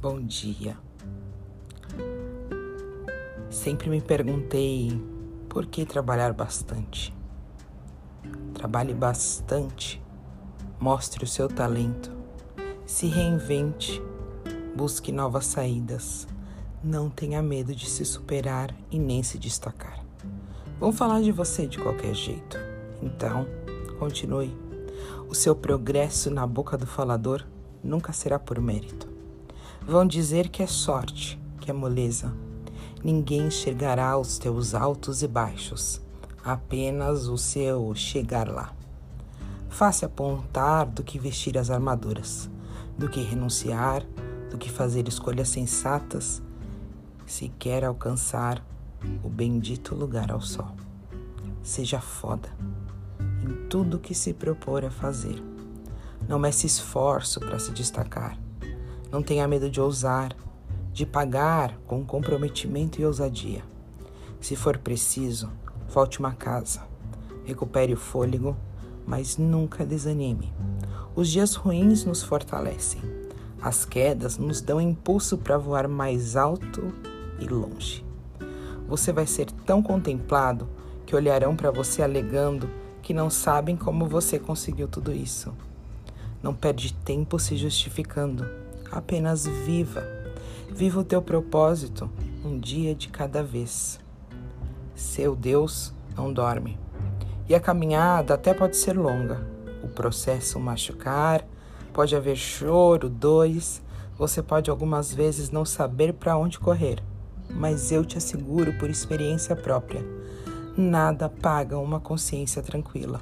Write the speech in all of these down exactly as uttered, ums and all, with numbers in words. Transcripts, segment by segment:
Bom dia. Sempre me perguntei por que trabalhar bastante. Trabalhe bastante, mostre o seu talento, se reinvente, busque novas saídas, não tenha medo de se superar e nem se destacar. Vão falar de você de qualquer jeito, então continue. O seu progresso na boca do falador nunca será por mérito. Vão dizer que é sorte, que é moleza. Ninguém enxergará os teus altos e baixos, apenas o seu chegar lá. Faça apontar do que vestir as armaduras, do que renunciar, do que fazer escolhas sensatas, se quer alcançar o bendito lugar ao sol. Seja foda em tudo que se propor a fazer. Não mece esforço para se destacar. Não tenha medo de ousar, de pagar com comprometimento e ousadia. Se for preciso, volte uma casa. Recupere o fôlego, mas nunca desanime. Os dias ruins nos fortalecem. As quedas nos dão impulso para voar mais alto e longe. Você vai ser tão contemplado que olharão para você alegando que não sabem como você conseguiu tudo isso. Não perde tempo se justificando. Apenas viva. Viva o teu propósito, um dia de cada vez. Seu Deus não dorme. E a caminhada até pode ser longa. O processo machucar, pode haver choro, dores. Você pode algumas vezes não saber para onde correr. Mas eu te asseguro por experiência própria, nada paga uma consciência tranquila.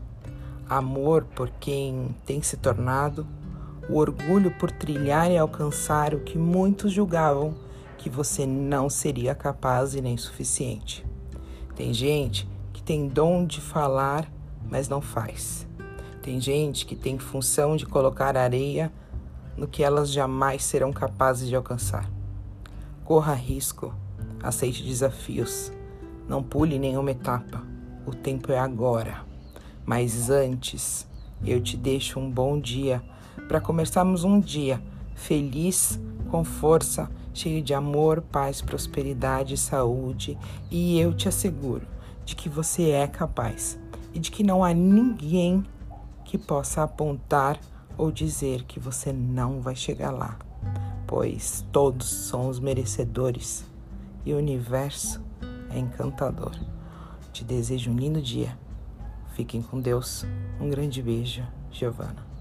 Amor por quem tem se tornado, o orgulho por trilhar e alcançar o que muitos julgavam que você não seria capaz e nem suficiente. Tem gente que tem dom de falar, mas não faz. Tem gente que tem função de colocar areia no que elas jamais serão capazes de alcançar. Corra risco, aceite desafios, não pule nenhuma etapa. O tempo é agora. Mas antes, eu te deixo um bom dia para começarmos um dia feliz, com força, cheio de amor, paz, prosperidade e saúde. E eu te asseguro de que você é capaz e de que não há ninguém que possa apontar ou dizer que você não vai chegar lá, pois todos somos merecedores e o universo é encantador. Te desejo um lindo dia. Fiquem com Deus. Um grande beijo, Giovana.